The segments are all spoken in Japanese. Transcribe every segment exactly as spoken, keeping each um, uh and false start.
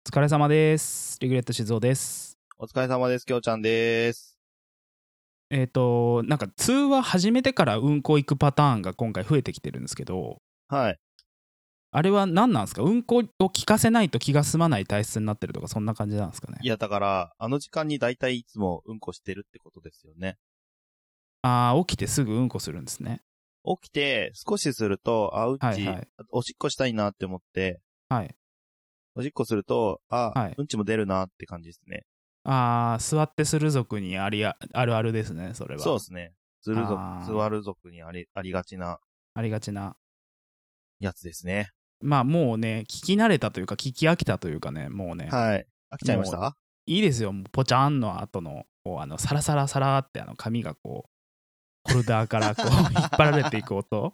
疲れ様です。リグレット静雄です。 お疲れ様です。きょうちゃんです。 えっと、なんか通話始めてからうんこ行くパターンが今回増えてきてるんですけど、 はい。 あれは何なんですか？うんこを聞かせないと気が済まない体質になってるとか、そんな感じなんですかね。 いや、だから、あの時間に大体いつもうんこしてるってことですよね。 あー、起きてすぐうんこするんですね。 起きて、少しすると、あ、うんち、 はいはい。 おしっこしたいなって思って、 はい。 おしっこすると、あ、 はい。 うんちも出るなって感じですね。 あー、座ってする族にありあ、あるあるですね、それは。 そうですね。する族、 あー座る族にあり、ありがちなありがちな。 やつですね。 まあもうね、聞き慣れたというか、聞き飽きたというかね、もうね、 はい。飽きちゃいましもうた？ いいですよ、もうポチャンの後の、こう、あの、サラサラサラってあの髪がこう、ホルダーからこう引っ張られていく音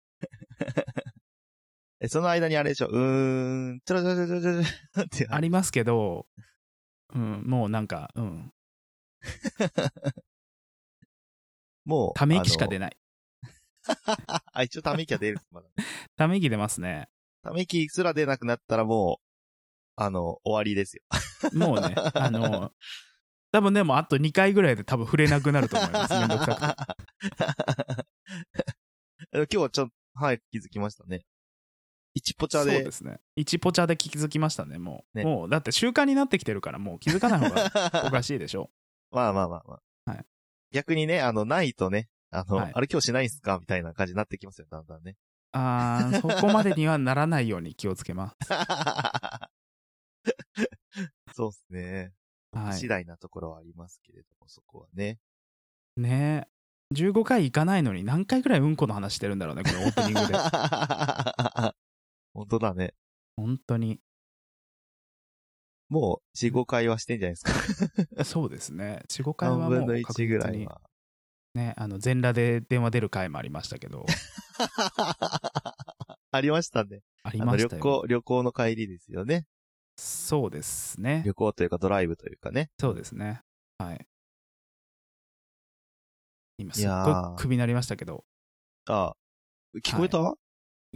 え、その間にあれでしょ、うーん、ちょろちょろちょろちょろちょろってありますけど、うん、もうなんか、うん、 もう、 ためあの、 息しか出ない。 あ、一応ため息は出る。まだ。 ため息出ますね。 ため息すら出なくなったらもう、あの、終わりですよ。 もうね、あの、多分でもあとにかいぐらいで多分触れなくなると思います。めんどくさくて。 今日はちょっと、はい、気づきましたね。一ポチャで。 そうですね。一ポチャで気づきましたね、もう。 ね、 もう、だって習慣になってきてるから、もう気づかない方がおかしいでしょ。 まあまあまあまあ。 はい。 逆にね、あの、ないとね、あの、 はい、 あれ今日しないんすかみたいな感じになってきますよ、だんだんね。 あー、そこまでにはならないように気をつけます。 そうっすね。僕次第なところはありますけれども、そこはね。 ねえ。じゅうごかい行かないのに何回くらいうんこの話してるんだろうね、このオープニングで。 本当だね。 本当に。 もう、よん、ごかいはしてんじゃないですか。 そうですね。よん、ごかいはさんぶんのもういちぐら確実に。 いは。 ね、あの、全裸で電話出る回もありましたけど。 ありましたね。 ありましたよ。 あの旅行、旅行の帰りですよね。 そうですね。 旅行というかドライブというかね。 そうですね。はい。今いすっごいやー。 首になりましたけど。 あ、聞こえた、はい、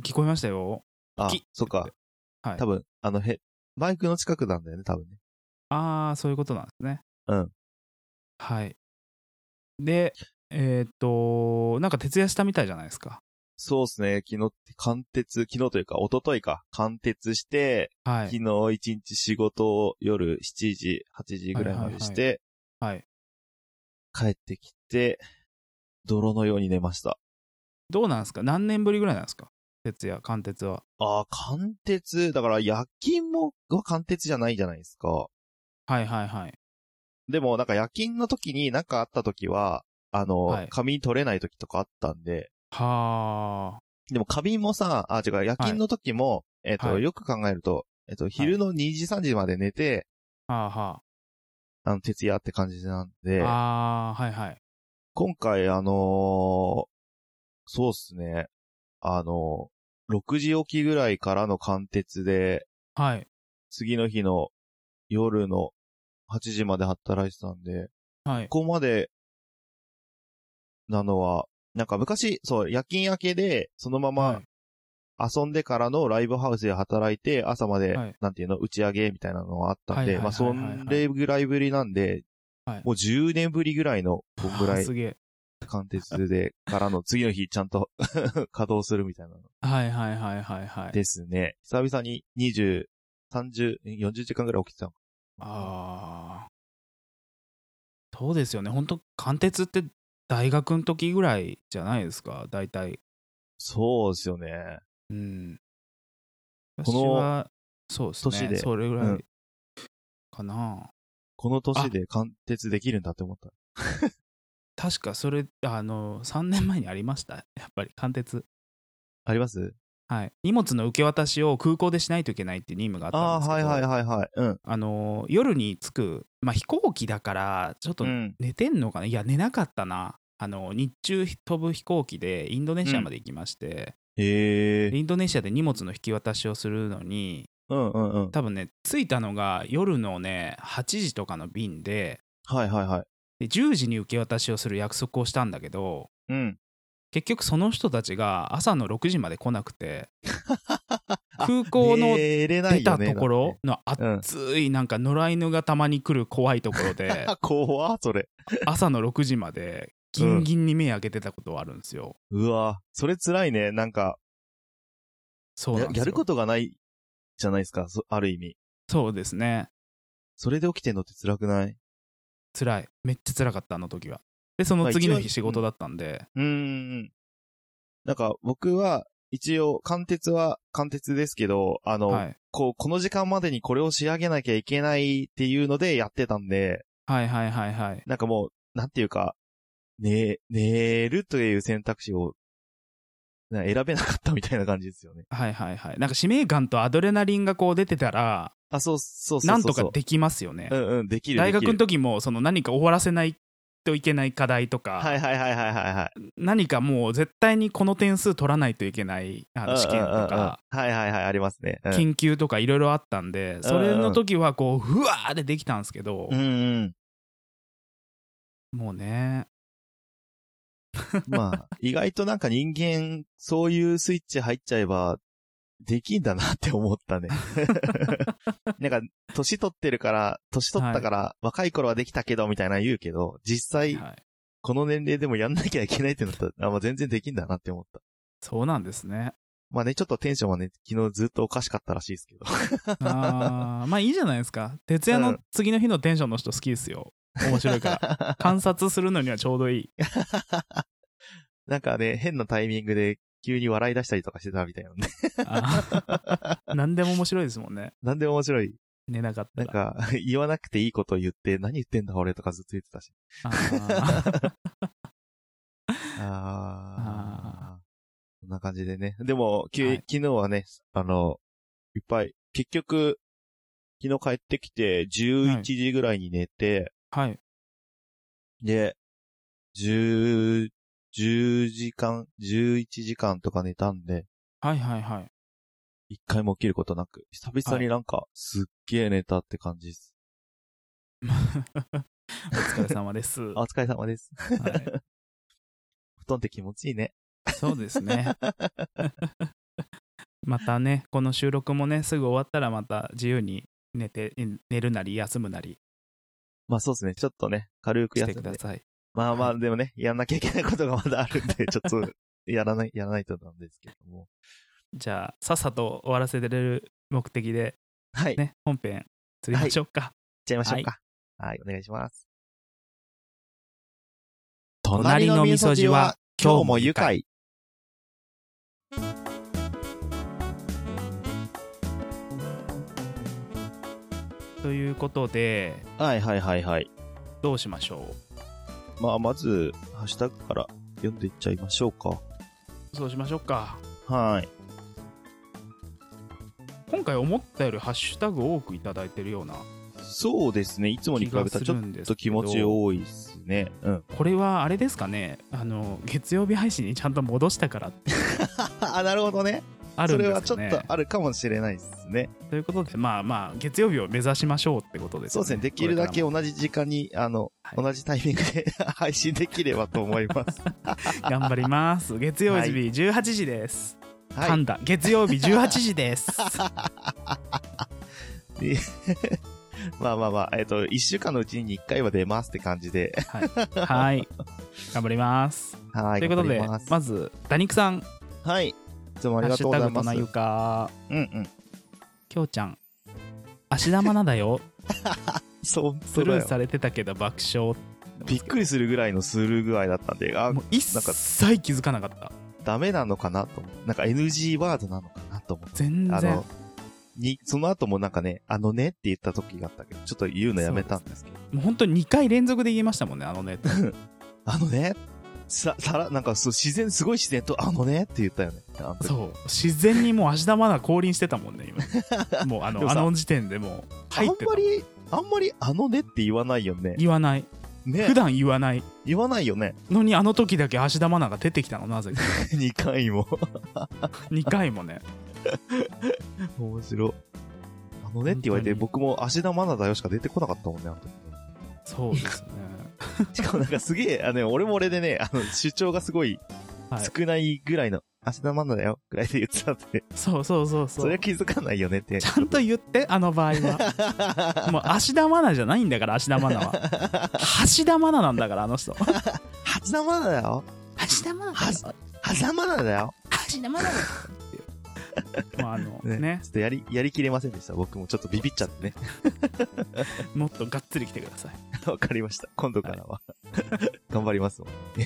聞こえましたよ。 あ、そっか。 はい。 多分、あの、へ、バイクの近くなんだよね、多分ね。 あー、そういうことなんですね。 うん。 はい。で、えー、っと、なんか徹夜したみたいじゃないですか。 そうですね。昨日、貫徹、昨日というか、一昨日か。貫徹して、はい、昨日一日仕事を夜しちじ、はちじぐらいまでして、 はいはいはいはい、帰ってきて、泥のように寝ました。 どうなんですか？何年ぶりぐらいなんですか？徹夜、貫徹は。 ああ、貫徹、だから夜勤も、は貫徹じゃないじゃないですか。 はいはいはい。 でも、なんか夜勤の時になんかあった時は、あの、はい、仮眠取れない時とかあったんで。 はあ。 でも仮眠もさ、あ、違う、夜勤の時も、はい、えっ、ー、と、はい、よく考えると、えっ、ー、と、昼のにじ、さんじまで寝て、 はあはあ、あの、徹夜って感じなんで。 ああ、はいはい。 今回、あのー、そうっすね。あのー、ろくじ起きぐらいからの貫徹で、 はい。 次の日の夜のはちじまで働いてたんで、 はい。 ここまで、なのは、なんか昔、そう、夜勤明けで、そのまま、遊んでからのライブハウスで働いて、朝まで、はい、なんていうの、打ち上げみたいなのがあったんで、まあ、それぐらいぶりなんで、はい、もうじゅうねんぶりぐらいの、こんぐらい、貫徹で、からの次の日ちゃんと稼働するみたいなの。 はいはいはいはいはい。 ですね。久々ににじゅう、さんじゅう、よんじゅうじかんぐらい起きてたの。 ああ。そうですよね。本当貫徹って大学の時ぐらいじゃないですか、大体。 そうですよね。 うん。私は、そうですね。年で。それぐらいかな。うん、 この年で貫徹できるんだって思った。 確かそれ、あの、さんねんまえにありました。やっぱり貫徹。 あります？ はい。荷物の受け渡しを空港でしないといけないっていう任務があったんですけど。 ああ、はいはいはいはい。うん。 あの、夜に着く、まあ飛行機だから、ちょっと寝てんのかな、うん、いや、寝なかったな。あの、日中飛ぶ飛行機でインドネシアまで行きまして、 うん、へー。 インドネシアで荷物の引き渡しをするのに、 うんうんうん。 多分ね、着いたのが夜のね、はちじとかの便で、 はいはいはい。 でじゅうじに受け渡しをする約束をしたんだけど、 うん。 結局その人たちが朝のろくじまで来なくて空港の出たところの暑いなんか野良犬がたまに来る怖いところで怖っそれ朝のろくじまでギンギンに目開けてたことはあるんですよ、 うん、うわそれ辛いね。なんかそうなんですよや, やることがないじゃないですか、ある意味。 そうですね。 それで起きてんのって辛くない？ 辛い。めっちゃ辛かったあの時は。でその次の日仕事だったんで、 まあ、うーんなんか僕は一応貫徹は貫徹ですけど、あの、はい、こうこの時間までにこれを仕上げなきゃいけないっていうのでやってたんで、 はいはいはいはい。 なんかもうなんていうか寝寝るという選択肢を選べなかったみたいな感じですよね。 はいはいはい。なんか使命感とアドレナリンがこう出てたら、 あそうそうそうそうなんとかできますよね。 うんうんできる。 大学の時もその何か終わらせないといけない課題とか、 はいはいはいはいはいはい。 何かもう絶対にこの点数取らないといけないあの試験とか、うんうんうん、 はいはいはいありますね、うん、 研究とかいろいろあったんで、それの時はこうふわーってできたんですけど、 うんうん、 もうねまあ意外となんか人間そういうスイッチ入っちゃえばできんだなって思ったねなんか年取ってるから年取ったから、はい、若い頃はできたけどみたいな言うけど実際、はい、この年齢でもやんなきゃいけないってなったらあ、まあ、全然できんだなって思った。 そうなんですね。 まあねちょっとテンションはね昨日ずっとおかしかったらしいですけどあまあいいじゃないですか。徹夜の次の日のテンションの人好きですよ。面白いから観察するのにはちょうどいいなんかね変なタイミングで急に笑い出したりとかしてたみたいなね何でも面白いですもんね。 何でも面白い。 寝なかったら。なんか、言わなくていいことを言って、何言ってんだ俺とかずっと言ってたし。ああ。こんな感じでね。でも、きはい、昨日はね、あの、いっぱい、結局、昨日帰ってきて、じゅういちじぐらいに寝て、 はい。 で、じゅう、じゅうじかん、じゅういちじかんとか寝たんで、 はいはいはい。 一回も起きることなく、久々になんか、すっげー寝たって感じです。 お疲れ様です。 お疲れ様です。はい、布団って気持ちいいね。 そうですね。またね、この収録もね、すぐ終わったらまた自由に寝て、寝るなり休むなり。 まあそうですね、ちょっとね、軽く休んで。 してください。 まあまあ、でもね、はい、やんなきゃいけないことがまだあるんで、ちょっと、やらない、やらないとなんですけども。 じゃあ、さっさと終わらせてれる目的で、 はい。 ね、本編、釣りましょうか。 はい、いっちゃいましょうか。はい、はい、お願いします。 隣のみそじは、今日も愉快。ということで、 はいはいはいはい。 どうしましょう。まあ、まず、ハッシュタグから読んでいっちゃいましょうか。 そうしましょうか。 はい。 今回思ったよりハッシュタグ多くいただいてるような。 そうですね。いつもに比べたらちょっと気持ち多いですね。うん。 これはあれですかね。あの月曜日配信にちゃんと戻したからって。 あ、なるほどね。あるんですかね。それはちょっとあるかもしれないですね。 ということで、まあまあ月曜日を目指しましょうってことですね。 そうですね。できるだけ同じ時間にあの、はい、同じタイミングで配信できればと思います。 頑張ります。月曜日じゅうはちじです。はい、噛んだ。月曜日じゅうはちじです。 まあまあまあ、えっと、一週間のうちに一回は出ますって感じで。 はい。はい。頑張ります。 はい。 ということで、ま, まず、ダニクさん。 はい。いつもありがとうございます。 ハッシュタグとなゆか。 うんうん。 きょうちゃん。芦田愛菜だよ。 そう。 スルーされてたけど爆笑。 びっくりするぐらいのスルー具合だったんで、あ、 もう一切気づかなかった。 ダメなのかなと思う。なんか エヌジー ワードなのかなと思って。 全然。あの、 に、その後もなんかね、あのねって言った時があったけど、ちょっと言うのやめたんですけど。 もう本当ににかい連続で言いましたもんね、あのねって。 あのねさ、さら、なんかそう、自然、すごい自然と、あのねって言ったよね。 そう。自然にもう芦田愛菜降臨してたもんね、今。もうあの、あの時点でもう入ってた。 あんまり、あんまりあのねって言わないよね。 言わない。ね、普段言わない。 言わないよね。 のにあの時だけ芦田愛菜が出てきたの、なぜか。 にかいも。 にかいもね。 面白い。あのねって言われて、僕も芦田愛菜だよしか出てこなかったもんね、あの時ね。 そうですね。 しかもなんかすげえ、あの、俺も俺でね、あの、主張がすごい少ないぐらいの、はい、 芦田愛菜だよぐらいで言ってたって。 そうそうそうそう。 それは気づかないよねって。 ちゃんと言って、あの場合は。もう芦田愛菜じゃないんだから、芦田愛菜は。橋田愛菜なんだから、あの人。 橋田愛菜だよ。 橋田愛菜だよ。 橋田愛菜だよ。 橋田愛菜だよ。もうあのね, ねちょっとやりやりきれませんでした。僕もちょっとビビっちゃってね。 もっとがっつり来てください。 わかりました。今度からは、はい、頑張りますもん。と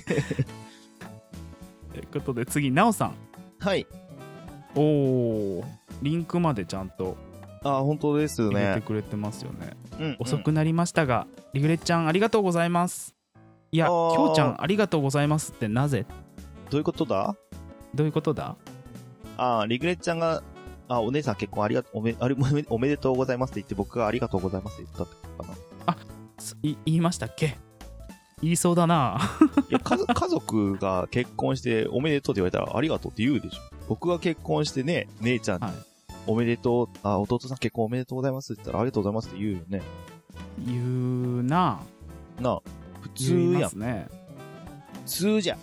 いうことで次なおさん。 はい。 おお、リンクまでちゃんと。 あ、本当ですね。 入れてくれてますよね。 うん、うん。 遅くなりましたが、リグレッちゃんありがとうございます。いや、きょうちゃんありがとうございますってなぜ？ どういうことだ？ どういうことだ？ ああ、リグレッちゃんが、あ、お姉さん結婚ありがとう、おめ、あれ、おめでとうございますって言って、僕がありがとうございますって言ったってことかな。 あ、い言いましたっけ？言いそうだな。 いや、家家族が結婚しておめでとうって言われたらありがとうって言うでしょ。僕が結婚してね、姉ちゃんに、はい、おめでとう、あ、弟さん結婚おめでとうございますって言ったらありがとうございますって言うよね。 言うな。 なあ、普通やん。ますね。普通じゃん。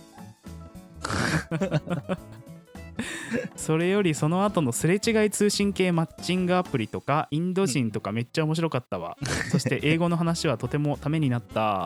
それよりその後のすれ違い通信系マッチングアプリとかインド人とかめっちゃ面白かったわ、うん、そして英語の話はとてもためになった。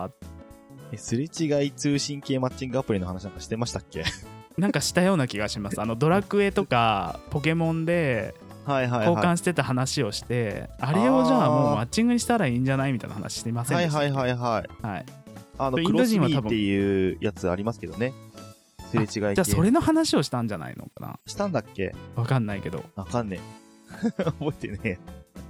え、すれ違い通信系マッチングアプリの話なんかしてましたっけ？ なんかしたような気がします。あのドラクエとかポケモンで交換してた話をして、はいはいはい、あれをじゃあもうマッチングにしたらいいんじゃないみたいな話してませんでしたっけ？はいはいはいはい、はい、 あのクロスミーっていうやつありますけどね。すれ違い系。 じゃあそれの話をしたんじゃないのかな。 したんだっけ？ わかんないけど。 わかんねえ。覚えてねえ。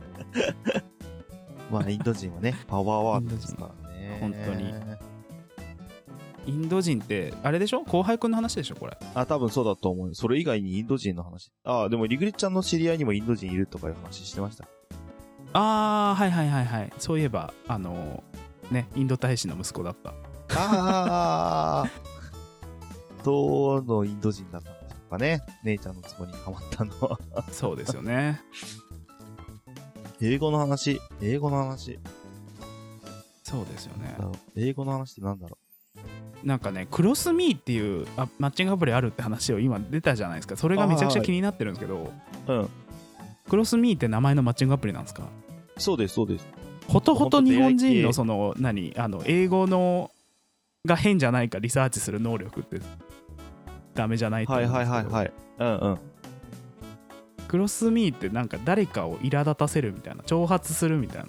まあインド人はね、パワーワードですからね。 本当に。インド人ってあれでしょ？後輩くんの話でしょこれ。 あ、多分そうだと思う。それ以外にインド人の話。あ、でもリグリちゃんの知り合いにもインド人いるとかいう話してました。 あー、はいはいはいはい。そういえばあのー、ね、インド大使の息子だった。 あー。どのインド人だったんでしょうかね。姉ちゃんのツボにハマったのは。 そうですよね。 英語の話。英語の話。 そうですよね。 英語の話ってなんだろう。なんかね、クロスミーっていうあマッチングアプリあるって話を今出たじゃないですか。それがめちゃくちゃ気になってるんですけど、 うん。 クロスミーって名前のマッチングアプリなんですか？ そうですそうです。 ほとほと日本人のその何あの英語のが変じゃないかリサーチする能力ってダメじゃないと思うんですけど。はいはいはいはい。うんうん。クロスミーってなんか誰かを苛立たせるみたいな、挑発するみたいな。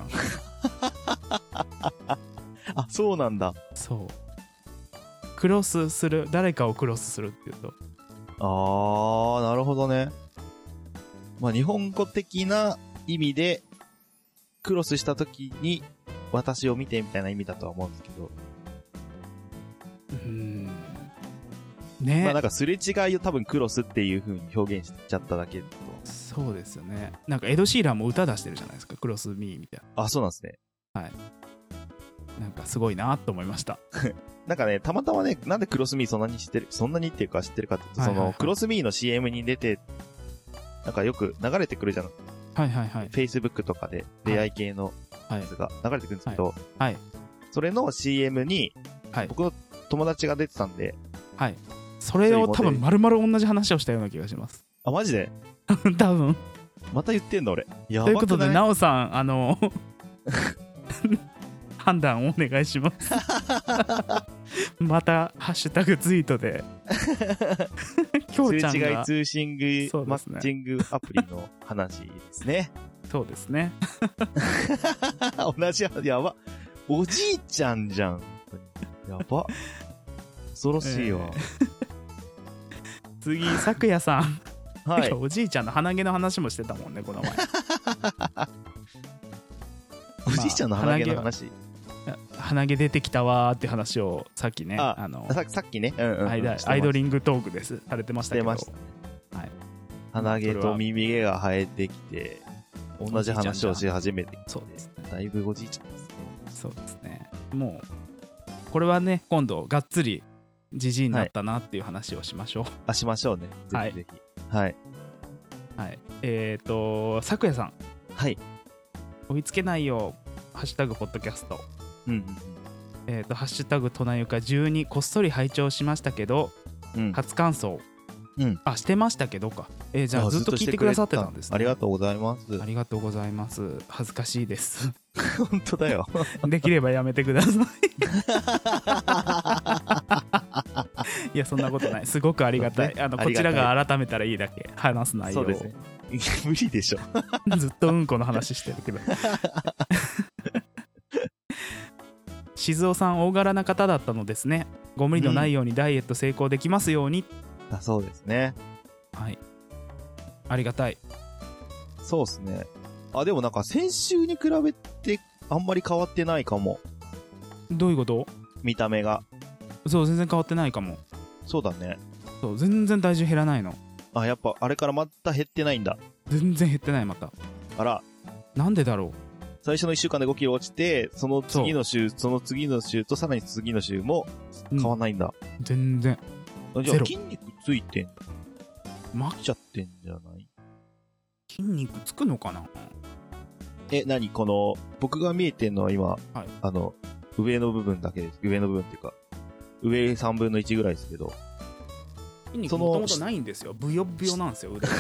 あ、そうなんだ。 そう。クロスする、誰かをクロスするっていうと。 あー、なるほどね。まあ日本語的な意味でクロスした時に私を見てみたいな意味だとは思うんですけど。 うーん。ね。 まあなんかすれ違いを多分クロスっていう風に表現しちゃっただけだと。 そうですよね。なんかエド・シーランも歌出してるじゃないですか、クロスミーみたいな。あ、そうなんですね。 はい。なんかすごいなと思いました。 なんかね、たまたまね、なんでクロスミーそんなに知ってる、そんなにっていうか知ってるかって言うと、はいはいはい、そのクロスミーの シーエム に出て、なんかよく流れてくるじゃん。 はいはいはい。 Facebook とかで出会い系のやつが流れてくるんですけど、はい。 はい、 それの シーエム に、僕の友達が出てたんで、 はい。それを多分丸々同じ話をしたような気がします。 あ、マジで？ 多分。 また言ってんの俺。 やばくない？ということで、なおさん、あの、判断をお願いします。また、ハッシュタグツイートで。きょうちゃんが。 すれ違い通信グ、ね、マッチングアプリの話ですね。 そうですね。 同じ、やば。おじいちゃんじゃん。やば。恐ろしいわ。えー、 次、さくやさん。 はい。 おじいちゃんの鼻毛の話もしてたもんね、この前。 おじいちゃんの鼻毛の話、 まあ、鼻毛出てきたわーって話をさっきね、 ああのささっきね、うんうんうん、 アイアイドリングトークですされてましたけど、 してましたね。はい。鼻毛と耳毛が生えてきて、同じ話をし始めてきて、 そうですね。 だいぶおじいちゃんですね。 そうですね。もうこれはね、今度がっつりじじいになったなっていう話をしましょう。はい、 あ、しましょうね。ぜひぜひ。はい。はい。 はい、えっ、ー、と、さくやさん。 はい。 追いつけないよ。ハッシュタグポッドキャスト。 うんうんうん。 えっ、ー、と、ハッシュタグトナユカじゅうにこっそり拝聴しましたけど、うん、初感想。 うん。 あ、してましたけどか。えー、じゃあずっと聞いてくださってたんですね。 ありがとうございます。 ありがとうございます。恥ずかしいです。 本当だよ。 できればやめてください。いや、そんなことない。すごくありがたい。ね、あのこちらが改めたらいいだけ話す内容を。そうですね。 無理でしょ。 ずっとうんこの話してるけど。静雄さん大柄な方だったのですね。ご無理のないようにダイエット成功できますように。 うん、だそうですね。 はい。ありがたい。 そうですね。あ、でもなんか先週に比べてあんまり変わってないかも。 どういうこと？ 見た目が。 そう、全然変わってないかも。 そうだね。 そう、全然体重減らないの。 あ、やっぱあれからまた減ってないんだ。 全然減ってない、また。 あら。なんでだろう。 最初のいっしゅうかんでごキロ落ちて、その次の週、そ, その次の週とさらに次の週も変わんないんだ。 うん、全然。 じゃあ筋肉ついてんだ。 まっちゃってんじゃない？ 筋肉つくのかな？ え、何この、僕が見えてんのは今、はい、あの、上の部分だけです。上の部分っていうか、上さんぶんのいちぐらいですけど。 筋肉もともとないんですよ。ブヨブヨなんですよ、腕。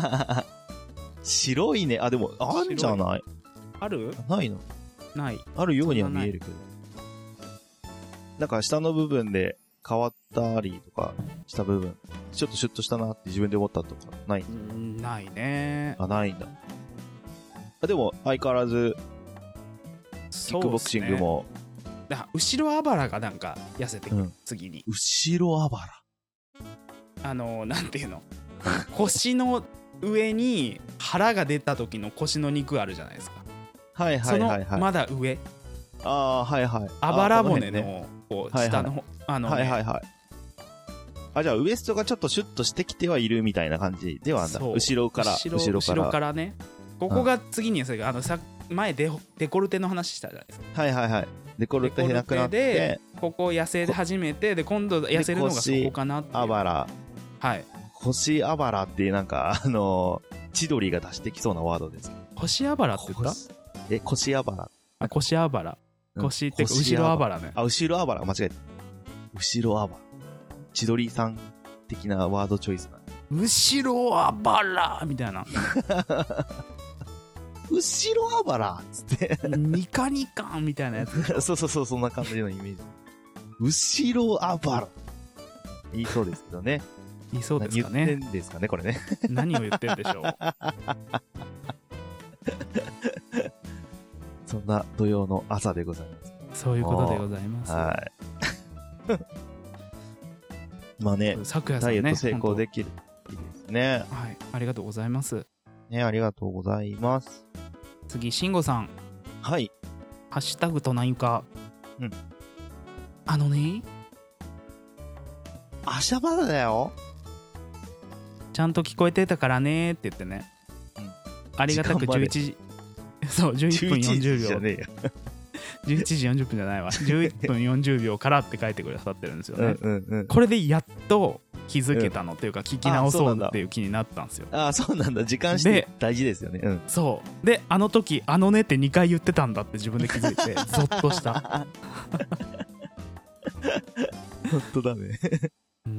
白いね。あ、でも、あるんじゃない？ ある？ ないの？ ない。 あるようには見えるけど。なんか下の部分で変わったりとかした部分、ちょっとシュッとしたなって自分で思ったとかない？ ないね。 あ、ないんだ。あ、でも相変わらずキックボクシングも、 だから後ろあばらがなんか痩せてくる、うん、次に後ろあばら、 あのー、なんていうの腰の上に腹が出た時の腰の肉あるじゃないですか。 はいはいはいはい。 そのまだ上、 ああはいはい。 あばら骨のこう下の、はいはい、あの、ね、 はいはいはい。あ、じゃあウエストがちょっとシュッとしてきてはいるみたいな感じではあるんだ。後ろから後ろ後ろから後ろからね。ここが次に、うん、あのさ前デデコルテの話したじゃないですか。 はいはいはい。デコルテなくなって、 ここ痩せ始めて、で今度痩せるのがそこかなっていう。 あばら。 はい。 腰あばらっていうなんかあのー、千鳥が出してきそうなワードです。 腰あばらって言った？ え、腰あばら。 あ、腰あばら。腰ってか後ろあばらね。 あ、後ろあばら間違えた。後ろあばら。千鳥さん的なワードチョイスな。 後ろあばらみたいな。 後ろあばらっつってニカニカみたいなやつ。 そうそうそう、そんな感じのイメージ。後ろあばら言いそうですけどね。 言いそうですかね。 何言ってんですかねこれね。 何を言ってんでしょう。 そんな土曜の朝でございます。 そういうことでございます。 はい。まあね、ね、ダイエット成功できるいいですね。 はい、ありがとうございます。 ね、ありがとうございます。 次、慎吾さん。 はい。 ハッシュタグと何か。 うん。 あのね。 あしゃばだよ。 ちゃんと聞こえてたからねって言ってね。うん。ありがたくじゅういちじ。そう、じゅういっぷんよんじゅうびょう。じゅういちじじゃねえよ。じゅういちじよんじゅっぷんじゃないわ。じゅういっぷんよんじゅうびょうからって書いてくださってるんですよね。 うんうんうん、 これでやっと気づけたのっていうか、聞き直そうっていう気になったんですよ。 ああ、そうなんだ。時間して大事ですよね。うん、 そうで、あの時あのねってにかい言ってたんだって自分で気づいてゾッとした。 本当だね。 うん、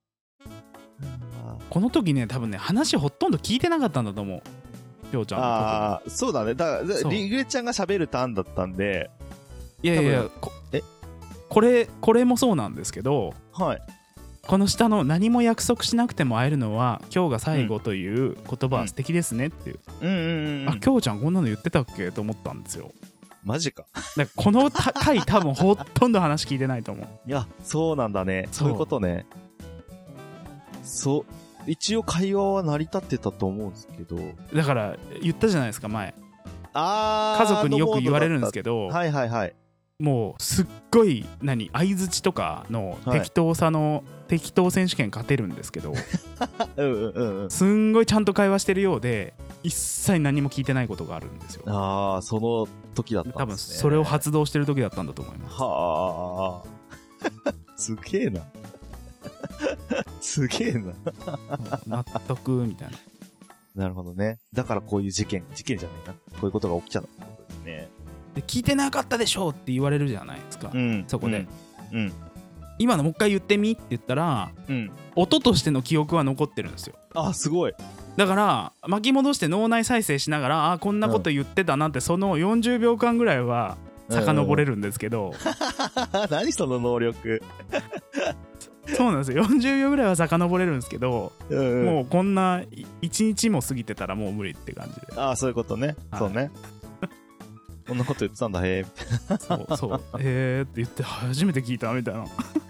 この時ね、多分ね、話ほとんど聞いてなかったんだと思う。ぴょうちゃんの。 ああ、そうだね。だからリグレちゃんが喋るターンだったんで。 いやいやいや、こえこれこれもそうなんですけど、 はい。 この下の何も約束しなくても会えるのは今日が最後という言葉は素敵ですねっていう。 うんうんうんうん、 あ、きょうちゃんこんなの言ってたっけと思ったんですよ。 マジか。 だからこの回多分ほとんど話聞いてないと思う。 いや、そうなんだね。そういうことね。そう。一応会話は成り立ってたと思うんですけど。 だから言ったじゃないですか前。 あ家族によく言われるんですけど、 はいはいはい。 もうすっごい何相づちとかの適当さの、はい、適当選手権勝てるんですけどうんうんうん、うん、 すんごいちゃんと会話してるようで一切何も聞いてないことがあるんですよ。 ああ、その時だったんですね。 多分それを発動してる時だったんだと思います。 はあすげえなすげえな納得みたいな。 なるほどね。だからこういう事件事件じゃないな、こういうことが起きちゃったってことですね。 で聞いてなかったでしょって言われるじゃないですか、 うん、 そこで、 うんうん、 今のもう一回言ってみって言ったら、うん、音としての記憶は残ってるんですよ。 あ、すごい。 だから巻き戻して脳内再生しながら、あこんなこと言ってたなって、そのよんじゅうびょうかんぐらいは遡れるんですけど、 うんうん、何その能力そうなんですよ。よんじゅうびょうぐらいは遡れるんですけど、うんうん、もうこんないちにちも過ぎてたらもう無理って感じで。 ああ、そういうことね、はい、そうねこんなこと言ってたんだ、へえみたいな。 そうそう、へえって言って初めて聞いたみたいな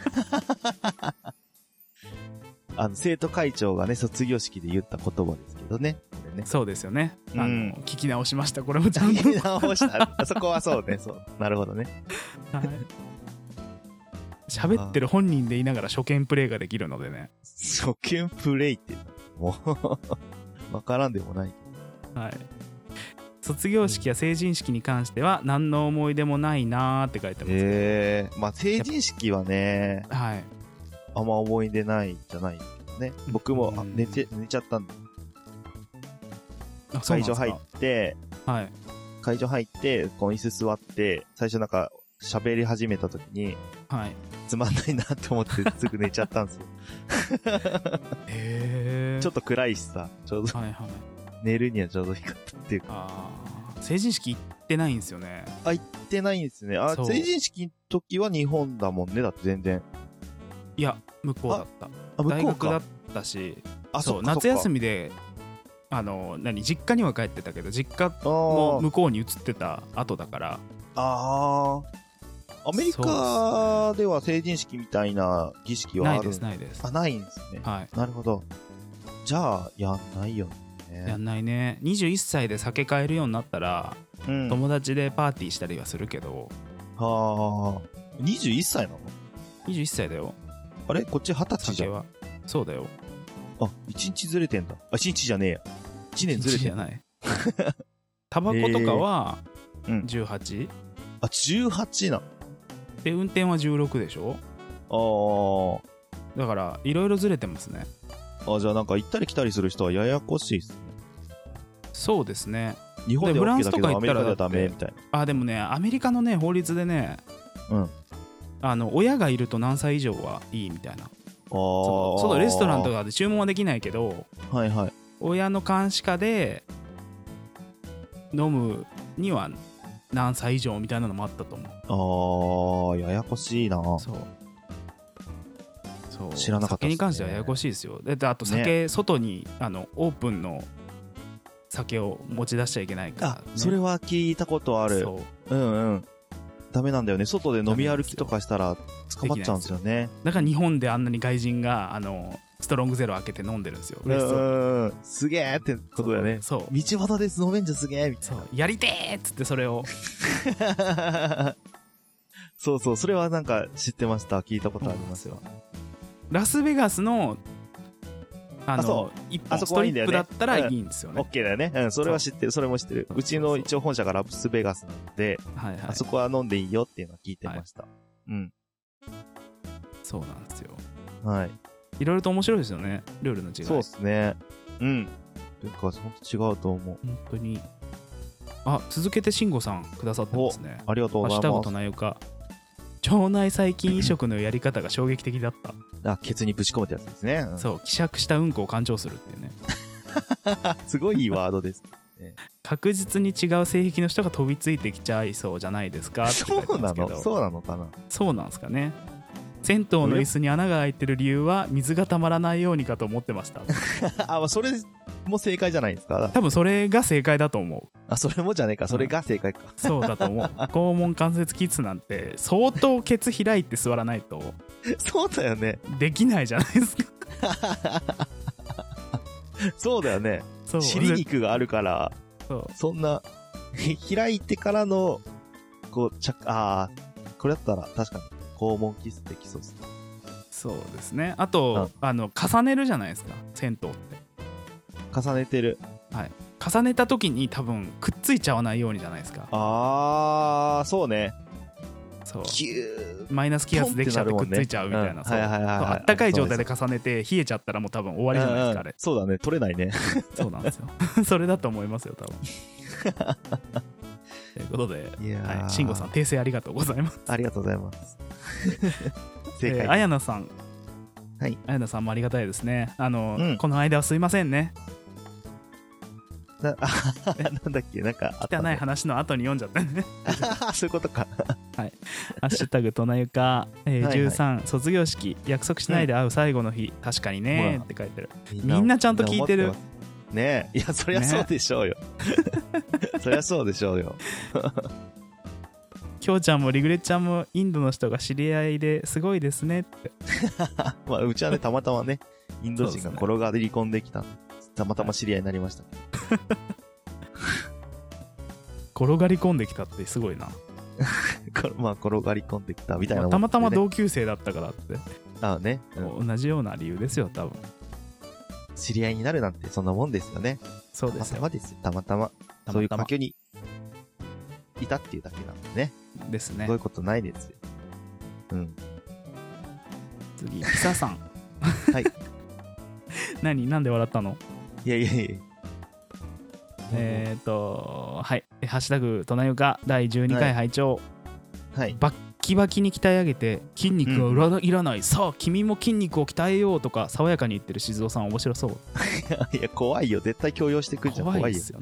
あの生徒会長がね卒業式で言った言葉ですけどね、これね。 そうですよね、あの、うん、聞き直しました。これもちゃんと聞き直したあそこはそうね、そうなるほどね。はい、 喋ってる本人で言いながら初見プレイができるのでね。 初見プレイってもうわからんでもないけど。 はい。卒業式や成人式に関しては何の思い出もないなーって書いてますけど。 へー、まあ成人式はね、 はい、 あんま思い出ないじゃないですけどね。僕も寝て寝ちゃったんで。会場入って、はい、会場入ってこの椅子座って最初なんか喋り始めた時に、はい、つまんないなって思ってすぐ寝ちゃったんですよ。へー。ちょっと暗いしさ、ちょうど、はいはい、寝るにはちょうどいいかったっていうか。 あ成人式行ってないんですよね。 あ、行ってないんですね。あ、成人式の時は日本だもんね。だって全然。 いや向こうだった。あ、向こうか。大学だったし、あ、そう、夏休みであの何実家には帰ってたけど、実家も向こうに移ってた後だから。ああ。アメリカでは成人式みたいな儀式はある？ ないですないです。 あ、ないんですね。はい。なるほど。じゃあやんないよね。 やんないね。にじゅういっさいで酒買えるようになったら、うん、友達でパーティーしたりはするけど。 はあ。にじゅういっさいなの？ にじゅういっさいだよ。 あれこっちはたちじゃん。 はそうだよ。 あ、いちにちずれてんだ。あ、いちにちじゃねえや。いちねんずれてんだ。 いちにちじゃない。タバコとかはじゅうはち、うん、 あ、じゅうはちな。 で運転はじゅうろくでしょ。ああ。だからいろいろずれてますね。 あ、じゃあなんか行ったり来たりする人はややこしいっすね。 そうですね。 日本で OK だけどアメリカではダメみたいな。 あ、でもね、アメリカのね法律でね、うん、あの親がいると何歳以上はいいみたいな。あそのレストランとかで注文はできないけど、はいはい、親の監視下で飲むには何歳以上みたいなのもあったと思う。あー、ややこしいな。そうそう、 知らなかったですね。 酒に関してはややこしいですよ。であと酒、ね、外にあのオープンの酒を持ち出しちゃいけないから、ね、 あ、それは聞いたことある。そう、うんうん、ダメなんだよね。外で飲み歩きとかしたら捕まっちゃうんですよね。 だから日本であんなに外人があのストロングゼロ開けて飲んでるんですよ。 うん、すげーってことだよね。そう、道端です飲めんじゃすげーみたいな。 そう、やりてーっつってそれをそうそう、それはなんか知ってました。聞いたことありますよ。 ラスベガスのあの一本ストリップだったらいいんですよね。 オッケーだよね。うん、それは知ってる。それも知ってる。うちの一応本社がラスベガスなので、はいはい、あそこは飲んでいいよっていうのは聞いてました。はい、うん。 そうなんですよ。 はい。 いろいろと面白いですよね。ルールの違い。 そうですね。うん。なんか本当違うと思う。 本当に。あ、続けて慎吾さんくださってますね。 ありがとうございます。 ハッシュタグとなゆか。腸内細菌移植のやり方が衝撃的だった。 あ、ケツにぶち込むってやつですね。 うん、そう、希釈したうんこを勘定するっていうね。 すごいいいワードです、ね。 確実に違う性癖の人が飛びついてきちゃいそうじゃないですかって書いてますけど。 そうなの？そうなのかな？ そうなんですかね。銭湯の椅子に穴が開いてる理由は水がたまらないようにかと思ってました。 あ、それも正解じゃないですか。 多分それが正解だと思う。 あ、それもじゃねえか。それが正解か。 うん、そうだと思う。肛門関節キスなんて相当ケツ開いて座らないとそうだよね。 できないじゃないですか。 そうだよね。そう、尻肉があるから、そう、そんな開いてからのこうちゃあこれだったら確かに肛門キスできそうですね。 そうですね。あと、うん、あの重ねるじゃないですか、銭湯って。 重ねてる。 はい。重ねた時に多分くっついちゃわないようにじゃないですか。 あー、そうね。 そう。マイナス気圧できちゃってくっついちゃうみたいな。そう。あったかい状態で重ねて冷えちゃったらもう多分終わりじゃないですか、あれ。 そうだね。取れないね。 そうなんですよ。それだと思いますよ、多分。ということで、はい、慎吾さん訂正ありがとうございます。 ありがとうございます。 正解。 あやなさん。 はい。 あやなさんもありがたいですね。あの、 うん、 この間はすいませんね。 な、あ、なんだっけ、なんかあった、ね、 汚い話の後に読んじゃったね。 そういうことか。 はい。ハッシュタグとなゆか、えーはいはい、じゅうさん、卒業式、約束しないで会う最後の日、うん、確かにねって書いてる。みんなちゃんと聞いてる。 ねえ、いや、そりゃそうでしょうよ。ね、そりゃそうでしょうよ。 きょうちゃんもリグレッちゃんもインドの人が知り合いですごいですねって。 まあ、うちはね、たまたまね、インド人が転がり込んできたんで、たまたま知り合いになりました。 転がり込んできたってすごいな。 まあ、転がり込んできたみたいな、ね、 まあ、たまたま同級生だったからって。 ああね、 うん、同じような理由ですよ、多分。 知り合いになるなんてそんなもんですよね。 そうですよ。 たまたまですよ、たまたま。そういう環境にいたっていうだけなんでね。 ですね。 そういうことないですよ。うん。 次、ピサさん。 はい。 何なんで笑ったの？ いやいやいや。 えーっと、はい。ハッシュタグ、となゆかだいじゅうにかい拝聴。 はい。 バッキバキに鍛え上げて、筋肉はいらない。うん、さあ、君も筋肉を鍛えようとか、爽やかに言ってる静雄さん、面白そう。 いや、怖いよ。絶対強要してくるじゃん。怖いよ。 怖いですよね。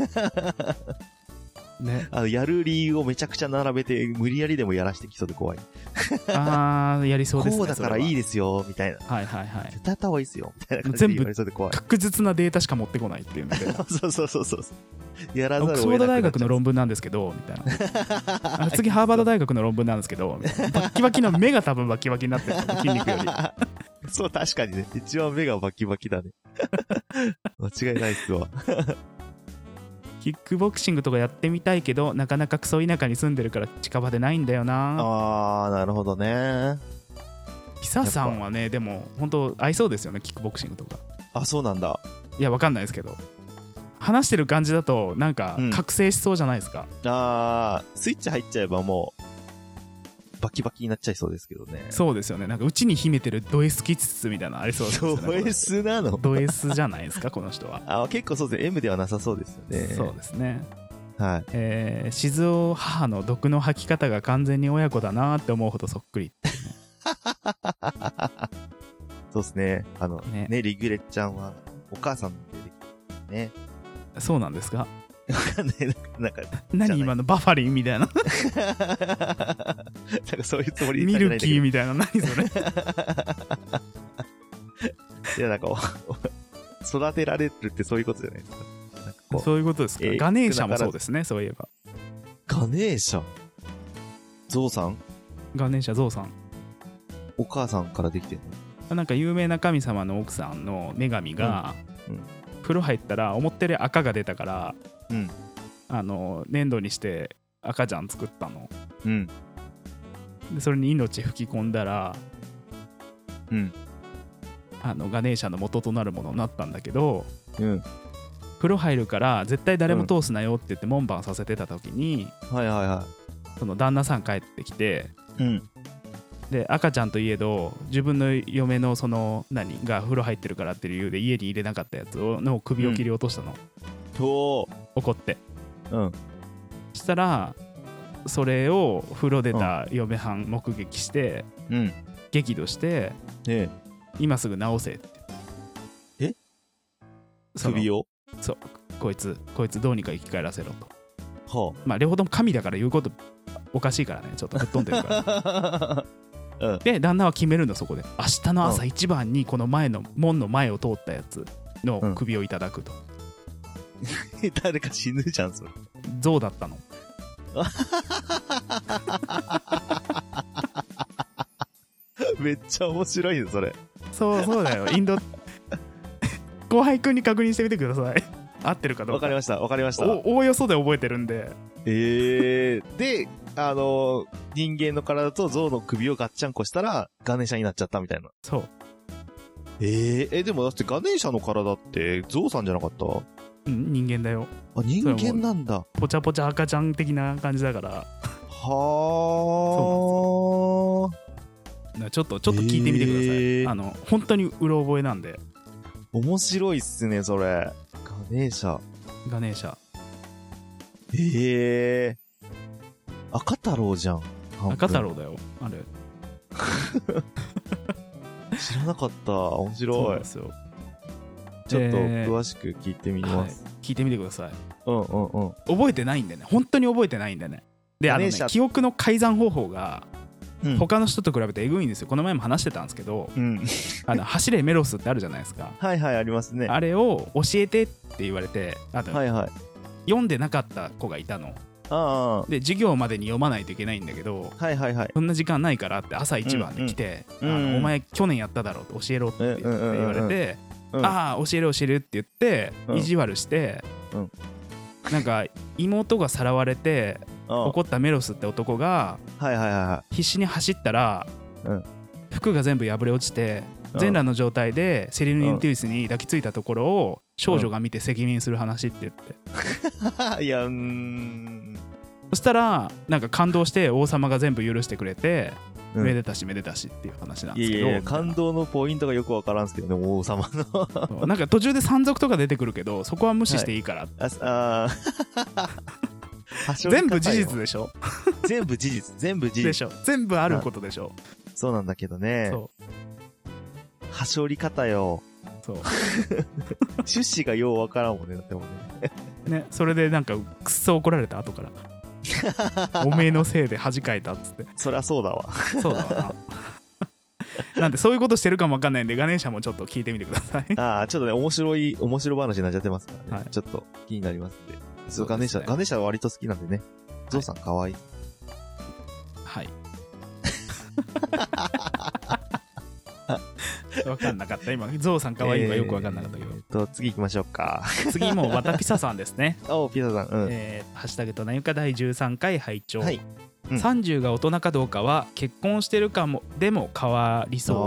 ね、 あのやる理由をめちゃくちゃ並べて無理やりでもやらしてきそうで怖い。 あー、やりそうですね。 こうだからいいですよみたいな。 はいはいはい。 絶対やった方がいいですよみたいな感じで言われそうで怖い。 全部確実なデータしか持ってこないっていうので。 そうそうそうそう。やらざるを得なくなっちゃう。 オックスフォード大学の論文なんですけどみたいな。次ハーバード大学の論文なんですけどみたいな。バッキバキの目が多分バキバキになってる。筋肉より。 そう確かにね。一番目がバキバキだね。間違いないっすわ。 キックボクシングとかやってみたいけどなかなかクソ田舎に住んでるから近場でないんだよな。 あー、なるほどね。 ピサさんはねでも本当合いそうですよね、キックボクシングとか。 あ、そうなんだ。 いやわかんないですけど、話してる感じだとなんか覚醒しそうじゃないですか、 うん、あー、スイッチ入っちゃえばもうバキバキになっちゃいそうですけどね。 そうですよね。なんかうちに秘めてるド S 気質みたいなのありそうですよね。 ド S なの？ ド S じゃないですかこの人は。 あ、結構そうですね。M ではなさそうですよね。 そうですね。 はい。 えー、静雄母の毒の吐き方が完全に親子だなって思うほどそっくりっていうね。 そうですね。あのね、ねリグレッちゃんはお母さんでできてね。 そうなんですか？ わかんない。なんか何今のバファリンみたいな。 なんかそういうつもりでミルキーみたいな。何それ。 いやなんか育てられるってそういうことじゃないですか。なんかこうそういうことですか。ガネーシャもそうですね。そういえばガネーシャゾウさんガネーシャゾウさんお母さんからできてるの？なんか有名な神様の奥さんの女神が、うんうん、風呂入ったら思ったより赤が出たから、うん、あの粘土にして赤ちゃん作ったの、うん、でそれに命吹き込んだら、うん、あのガネーシャの元となるものになったんだけど、うん、風呂入るから絶対誰も通すなよって言って門番させてた時に、うん、はいはいはい、その旦那さん帰ってきて、うん、で赤ちゃんといえど自分の嫁のその何が風呂入ってるからっていう理由で家に入れなかったやつをの首を切り落としたの、うん、怒って、うん、そしたらそれを風呂出た嫁はん目撃して、うん、激怒して、ね、今すぐ直せってえ首をそうこいつこいつどうにか生き返らせろと、はあ、まあ両方とも神だから言うことおかしいからね、ちょっとぶっ飛んでるからうん、で旦那は決めるんだ、そこで明日の朝一番にこの前の門の前を通ったやつの首をいただくと、 うん、誰か死ぬじゃんそれ。 象だったのめっちゃ面白いねそれ。 そうそうだよインド後輩くんに確認してみてください合ってるかどうか。 わかりましたわかりました。 おおよそで覚えてるんで。 えー、であのー、人間の体と象の首をガッチャンコしたらガネーシャになっちゃったみたいな。 そう。 えー、えでもだってガネーシャの体って象さんじゃなかった？ うん、人間だよ。 あ、人間なんだ。 ポチャポチャ赤ちゃん的な感じだから。はあ。そうなんですよ。ちょっとちょっと聞いてみてください。えー、あの本当にうろ覚えなんで。 面白いっすねそれ。ガネーシャ。 ガネーシャ。 ええー。赤太郎じゃん。 赤太郎だよあれ。 知らなかった。面白い。 そうなんですよ。 ちょっと詳しく聞いてみます、 えーはい、聞いてみてください。 うんうんうん。 覚えてないんでね、本当に覚えてないんでね。で、あのね、記憶の改ざん方法が他の人と比べてえぐいんですよ。この前も話してたんですけど、うん、あの走れメロスってあるじゃないですか。 はいはい、ありますね。 あれを教えてって言われて、あの、 はいはい、 読んでなかった子がいたの。あで授業までに読まないといけないんだけど、はいはいはい、そんな時間ないからって朝一番で来て、うんうん、あのお前去年やっただろうって教えろって言われて、うん、ああ教える教えるって言って、うん、意地悪して、うん、なんか妹がさらわれて怒ったメロスって男が必死に走ったら、うん、服が全部破れ落ちて全裸の状態でセリヌ・インティウスに抱きついたところを少女が見て責任する話って言って、いや、うーん、そしたらなんか感動して王様が全部許してくれて、うん、めでたしめでたしっていう話なんですけど、いやいや感動のポイントがよくわからんすけどね、王様のなんか途中で山賊とか出てくるけどそこは無視していいから、はい、ああ全部事実でしょ全部事実全部事実でしょ、全部あることでしょ。 そうなんだけどね、そうはしょり方よ。そう趣旨がようわからんもんね。だってもねね、それでなんかくっそ怒られた後からおめえのせいで恥かいたっつって。 そりゃそうだわ。 そうだわななんでそういうことしてるかもわかんないんでガネーシャもちょっと聞いてみてください。 ああちょっとね面白い面白話になっちゃってますからね、はい、ちょっと気になりますんで。そうガネーシャ、ガネーシャは割と好きなんでね。ゾウさんかわいい。 はい分かんなかった今ゾウさんかわいいはよく分かんなかったけど、えー、 と次行きましょうか。 次もうわたピサさんですね。 おピサさん、うん、 えー、ハッシュタグとなゆかだいじゅうさんかい拝聴、はい、うん、さんじゅうが大人かどうかは結婚してるかもでも変わりそう。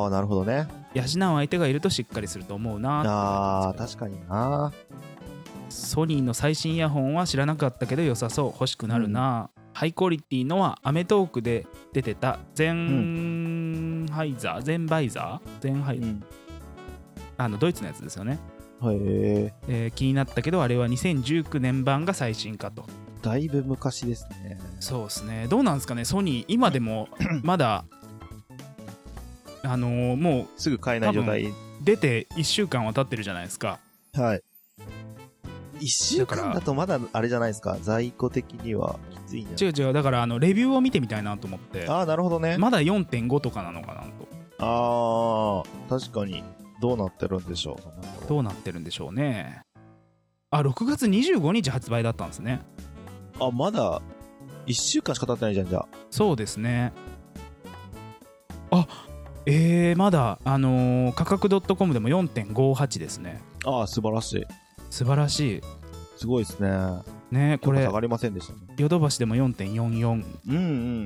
あーなるほどね。 養う相手がいるとしっかりすると思うな。 あー確かにな。 ソニーの最新イヤホンは知らなかったけど良さそう、欲しくなるな、うん、ハイクオリティのはアメトーークで出てたゼンハイザー、ゼンバイザーゼンハイ、うん、あのドイツのやつですよね。へえー、気になったけどあれはにせんじゅうきゅうねん版が最新かと。 だいぶ昔ですね。 そうですね。どうなんですかねソニー今でもまだあのー、もうすぐ買えない状態出ていっしゅうかんは経ってるじゃないですか。 はい。いっしゅうかんだとまだあれじゃないですか、在庫的にはきついんじゃない。 違う違う、だからあのレビューを見てみたいなと思って。 ああなるほどね。 まだ よんてんご とかなのかなと。 ああ確かにどうなってるんでしょう。どうなってるんでしょうね。あろくがつにじゅうごにち発売だったんですね。 あまだいっしゅうかんしか経ってないじゃん。じゃあそうですね。あえー、まだあのー、価格 .com でも よんてんごはち ですね。 ああ素晴らしい素晴らしい。 すごいですね。 ねこれ下がりませんでしたね。 ヨドバシでも よんてんよんよん。 うんうん。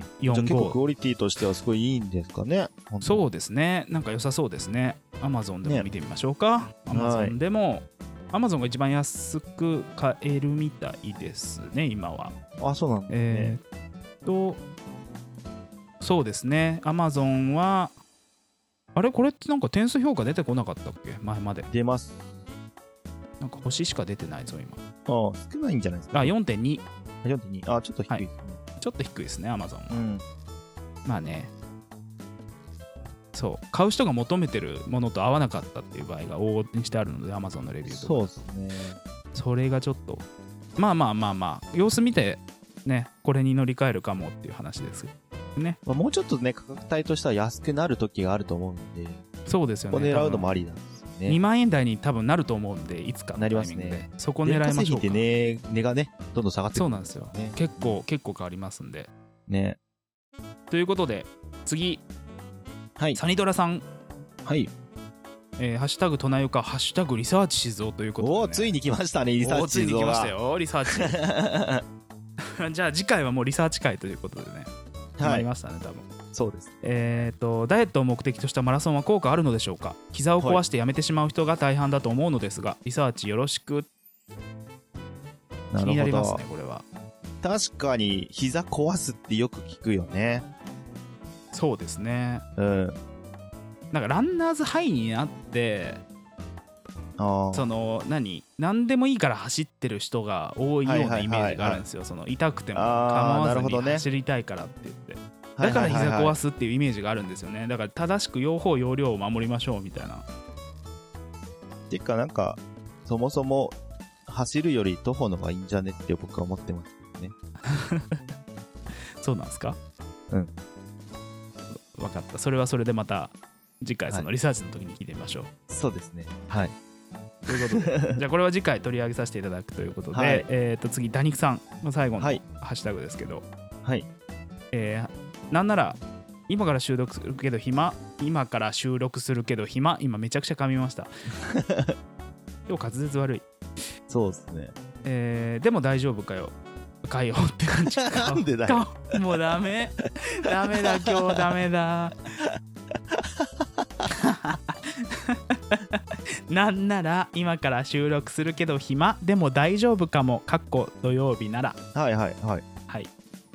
じゃあ結構クオリティとしてはすごいいいんですかね。 そうですね。なんか良さそうですね。アマゾンでも見てみましょうか。アマゾンでもアマゾンが一番安く買えるみたいですね今は。 あそうなんですね。 えー、とそうですね。アマゾンはあれこれってなんか点数評価出てこなかったっけ前まで。 出ます。 なんか星しか出てないぞ今。 ああ少ないんじゃないですか。 あ よんてんに。 よんてんに。あちょっと低いですね、はい、 ちょっと低いですねアマゾンは、うん、まあねそう買う人が求めてるものと合わなかったっていう場合が往々にしてあるのでアマゾンのレビューとか。 そうですね。 それがちょっとまあまあまあまあ様子見てねこれに乗り換えるかもっていう話ですね。 まあ、もうちょっとね価格帯としては安くなる時があると思うんで。 そうですよね。 ここ狙うのもありなんですよね。 にまんえん台に多分なると思うんでいつかのタイミングでなりますね。そこ狙いましょうか。電化製品ってね値がねどんどん下がってくる、ね、 そうなんですよ、ね、結構結構変わりますんでね。 ということで次、 はい、 サニドラさん、 はい、 えー、ハッシュタグとなゆかハッシュタグリサーチ静雄ということで、ね、 おついに来ましたねリサーチ静雄が。ついに来ましたよリサーチじゃあ次回はもうリサーチ会ということでね決まりましたね、はい、多分そうです。 えーとダイエットを目的としたマラソンは効果あるのでしょうか。膝を壊してやめてしまう人が大半だと思うのですが、はい、リサーチよろしく。気になりますねこれは。 確かに膝壊すってよく聞くよね。 そうですね。 うん。 なんかランナーズハイになってあその何何でもいいから走ってる人が多いようなイメージがあるんですよ。その痛くても構わずに走りたいからって言って、 だから膝壊すっていうイメージがあるんですよね。だから正しく用法用量を守りましょうみたいな。 っていうかなんかそもそも走るより徒歩の方がいいんじゃねって僕は思ってますね。 そうなんですか？ うん。 分かった。それはそれでまた次回そのリサーチの時に聞いてみましょう。はい、 そうですね。はい。 ということでじゃあこれは次回取り上げさせていただくということで、はい、えー、と次ダニクさんの最後のハッシュタグですけど、 はい、 えー、なんなら今から収録するけど暇今から収録するけど暇今めちゃくちゃ噛みました今日滑舌悪い。 そうですね。 えー、でも大丈夫かよかよって感じか。 なんでだよもうダメダメだ今日ダメだなんなら今から収録するけど暇でも大丈夫かもかっこ土曜日ならはいはいはいはい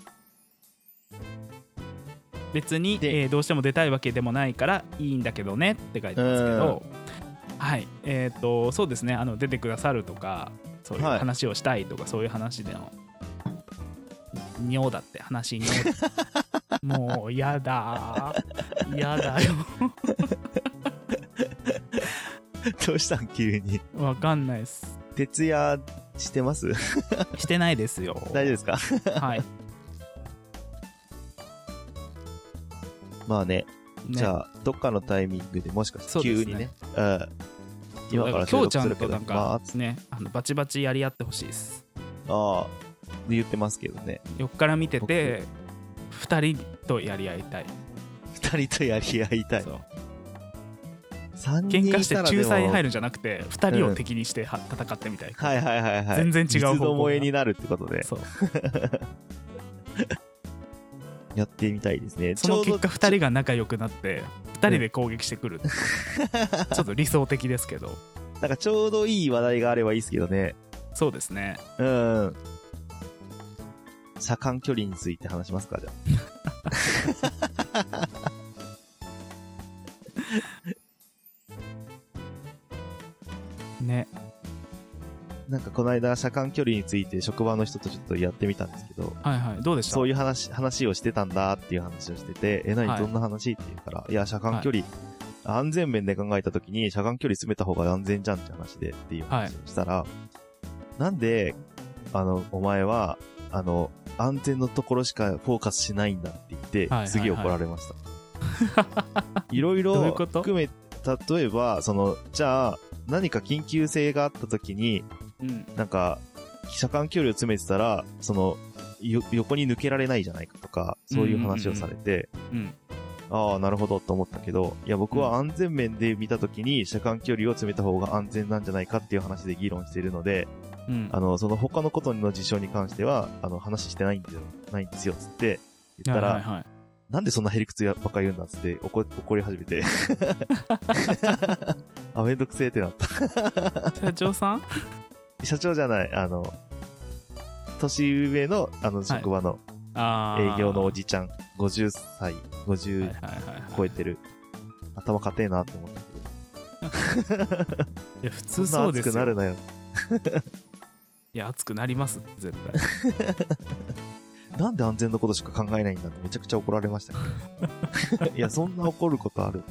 別に、えー、どうしても出たいわけでもないからいいんだけどねって書いてますけど、はいえっ、ー、とそうですねあの出てくださるとかそういう話をしたいとか、はい、そういう話での尿だって話尿だもうやだやだよどうしたん急に。 わかんないです。 徹夜してますしてないですよ。 大丈夫ですかはい。まあね、ねじゃあどっかのタイミングでもしかして急にね、うん、 今から収録するけどなんかねあのバチバチやり合ってほしいです。 ああ言ってますけどね。 横から見ててふたりとやり合いたい。 ふたりとやり合いたい。そう喧嘩して仲裁に入るんじゃなくてふたりを敵にしては、うん、戦ってみたい。 はいはいはいはい。 全然違う方向が。 三つどもえになるってことで。そうやってみたいですね。 その結果ふたりが仲良くなってふたりで攻撃してくる、うん、ちょっと理想的ですけどなんかちょうどいい話題があればいいですけどね。 そうですね。 うん車間距離について話しますかじゃあね。 なんかこの間車間距離について職場の人とちょっとやってみたんですけど、 はいはい、どうでした？ そういう話話をしてたんだっていう話をしてて、え、何、はい、どんな話って言うから、いや車間距離、はい、安全面で考えた時に車間距離詰めた方が安全じゃんって話でっていう話をしたら、はい、なんであのお前はあの安全のところしかフォーカスしないんだって言って、はいはいはい、すげえ怒られました。いろいろ含め例えばそのじゃあ何か緊急性があった時に、うん、なんか車間距離を詰めてたらその横に抜けられないじゃないかとかそういう話をされて、うんうんうん、ああなるほどと思ったけど、いや僕は安全面で見た時に車間距離を詰めた方が安全なんじゃないかっていう話で議論しているので、うん、あのその他のことの事象に関してはあの話してないんですよないんですよつって言ったら、はいはいはい、なんでそんなへりくつばっかり言うんだっつって怒怒り始めてあめんどくせえってなった社長さん社長じゃないあの年上のあの職場の営業のおじちゃん、はい、ごじゅっさいごじゅう超えてる、頭固えなって思ったけどいや普通そうですよ。 熱くなるなよいや熱くなります絶対なんで安全のことしか考えないんだってめちゃくちゃ怒られましたけどいやそんな怒ることある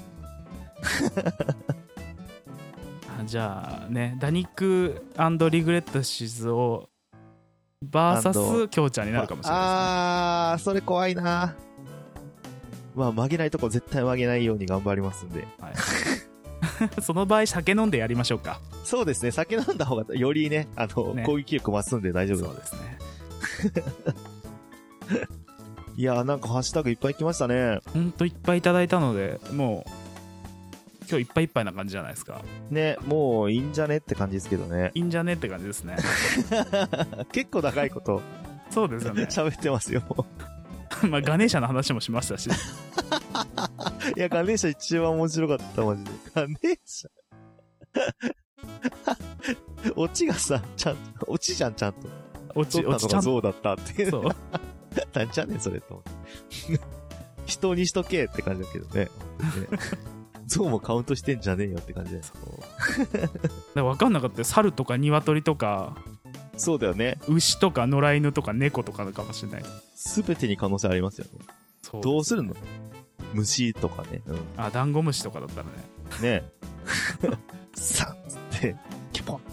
じゃあねダニック&リグレットシズをバーサスキョウちゃんになるかもしれないですね。 あーそれ怖いな。まあ曲げないとこ絶対曲げないように頑張りますんで、はい、 その場合酒飲んでやりましょうか。 そうですね酒飲んだ方がよりねあの、ね、攻撃力増すんで大丈夫です。 そうですねいやーなんかハッシュタグいっぱい来ましたね。 ほんといっぱいいただいたのでもう今日いっぱいいっぱいな感じじゃないですかね。もういいんじゃねって感じですけどね。 いいんじゃねって感じですね結構長いことそうですよね喋ってますよまあガネーシャの話もしましたしいやガネーシャ一番面白かったマジで。ガネーシャオチがさちゃんとオチじゃんちゃんとオチオチちゃんとそうだったってそうなんちゃねんそれと人にしとけって感じだけどねゾウもカウントしてんじゃねえよって感じで。そうだから分かんなかったよ。猿とか鶏とかそうだよね。 牛とか野良犬とか猫とかかもしれない。 全てに可能性ありますよね。 そう、ね、どうするの？虫とかね。うん、 あ、ダンゴムシとかだったらね。 ねえ。さっつって、キュポン。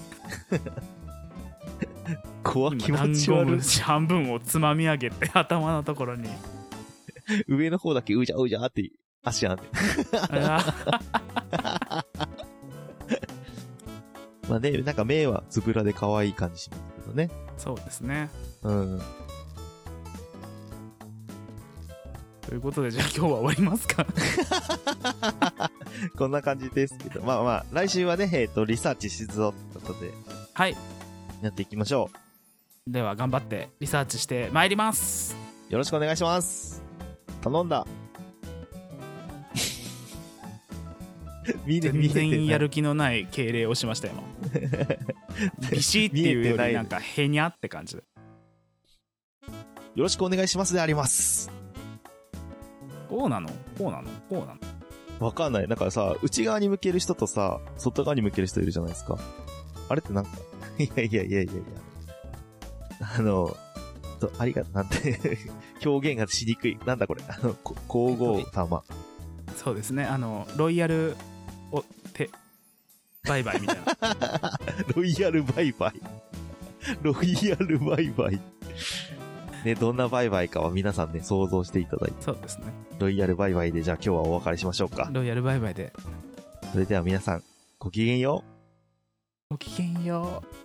怖気持ち悪い。ダンゴムシ半分をつまみ上げて、頭のところに。 上の方だけうじゃうじゃって足あんねん。まあね、なんか目はつぶらで可愛い感じしますけどね。 そうですね。 うん。 ということで、じゃあ今日は終わりますか？ こんな感じですけど、まあまあ、来週はね、えっと、リサーチしぞということで。 はい。 やっていきましょう。では、頑張ってリサーチしてまいります。 よろしくお願いします。頼んだ。 全然やる気のない敬礼をしました今。ビシっていうよりなんかへにゃって感じで。 よろしくお願いしますであります。 こうなのこうなのこうなのわかんない。なんかさ、内側に向ける人とさ、外側に向ける人いるじゃないですか。あれってなんか、いやいやいやいやいや。あの、と、ありがとう、なんて、表現がしにくい。なんだこれ。あの、皇后様。 そうですね。あの、ロイヤル、お、て、バイバイみたいな。 ロイヤルバイバイ。ロイヤルバイバイ。ね、どんなバイバイかは皆さんね、想像していただいて。 そうですね。 ロイヤルバイバイで、じゃあ今日はお別れしましょうか。 ロイヤルバイバイで。 それでは皆さん、ごきげんよう。 ごきげんよう。